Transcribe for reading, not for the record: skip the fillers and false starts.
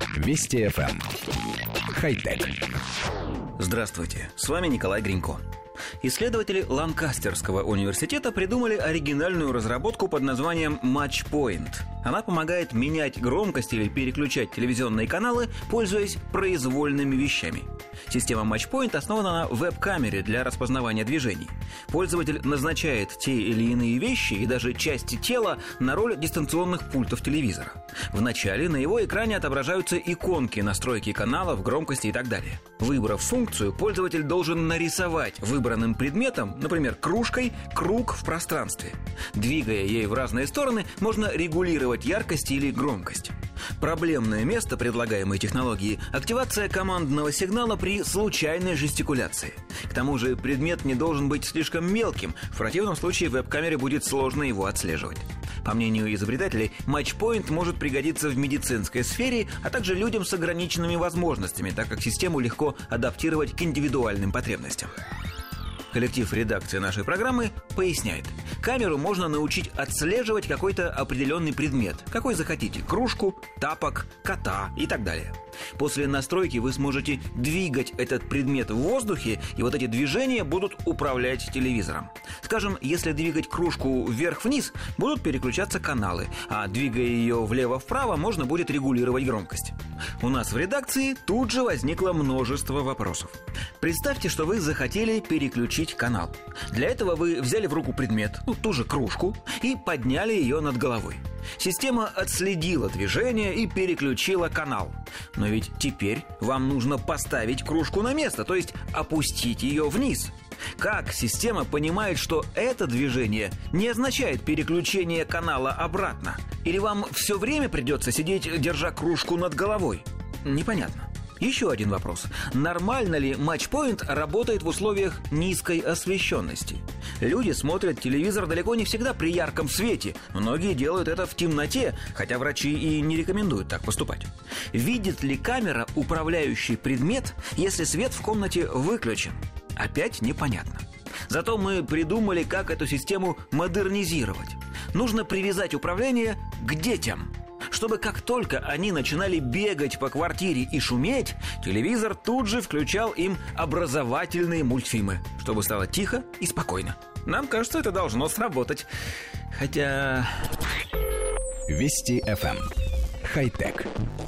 Вести ФМ. Хай-тек. Здравствуйте, с вами Николай Гринько. Исследователи Ланкастерского университета придумали оригинальную разработку под названием MatchPoint. Она помогает менять громкость или переключать телевизионные каналы, пользуясь произвольными вещами. Система MatchPoint основана на веб-камере для распознавания движений. Пользователь назначает те или иные вещи и даже части тела на роль дистанционных пультов телевизора. Вначале на его экране отображаются иконки настройки каналов, громкости и так далее. Выбрав функцию, пользователь должен нарисовать выбранным предметом, например, кружкой, круг в пространстве. Двигая ей в разные стороны, можно регулировать яркость или громкость. Проблемное место предлагаемой технологии – активация командного сигнала при случайной жестикуляции. К тому же предмет не должен быть слишком мелким, в противном случае веб-камере будет сложно его отслеживать. По мнению изобретателей, MatchPoint может пригодиться в медицинской сфере, а также людям с ограниченными возможностями, так как систему легко адаптировать к индивидуальным потребностям. Коллектив редакции нашей программы поясняет. Камеру можно научить отслеживать какой-то определенный предмет, какой захотите – кружку, тапок, кота и так далее. После настройки вы сможете двигать этот предмет в воздухе, и вот эти движения будут управлять телевизором. Скажем, если двигать кружку вверх-вниз, будут переключаться каналы, а двигая ее влево-вправо, можно будет регулировать громкость. У нас в редакции тут же возникло множество вопросов. Представьте, что вы захотели переключить канал. Для этого вы взяли в руку предмет, ту же кружку, и подняли ее над головой. Система отследила движение и переключила канал. Но ведь теперь вам нужно поставить кружку на место, то есть опустить ее вниз. Как система понимает, что это движение не означает переключение канала обратно? Или вам все время придется сидеть, держа кружку над головой? Непонятно. Еще один вопрос. Нормально ли MatchPoint работает в условиях низкой освещенности? Люди смотрят телевизор далеко не всегда при ярком свете. Многие делают это в темноте, хотя врачи и не рекомендуют так поступать. Видит ли камера управляющий предмет, если свет в комнате выключен? Опять непонятно. Зато мы придумали, как эту систему модернизировать. Нужно привязать управление к детям, чтобы как только они начинали бегать по квартире и шуметь, телевизор тут же включал им образовательные мультфильмы, чтобы стало тихо и спокойно. Нам кажется, это должно сработать. Хотя... Вести ФМ. Хай-тек.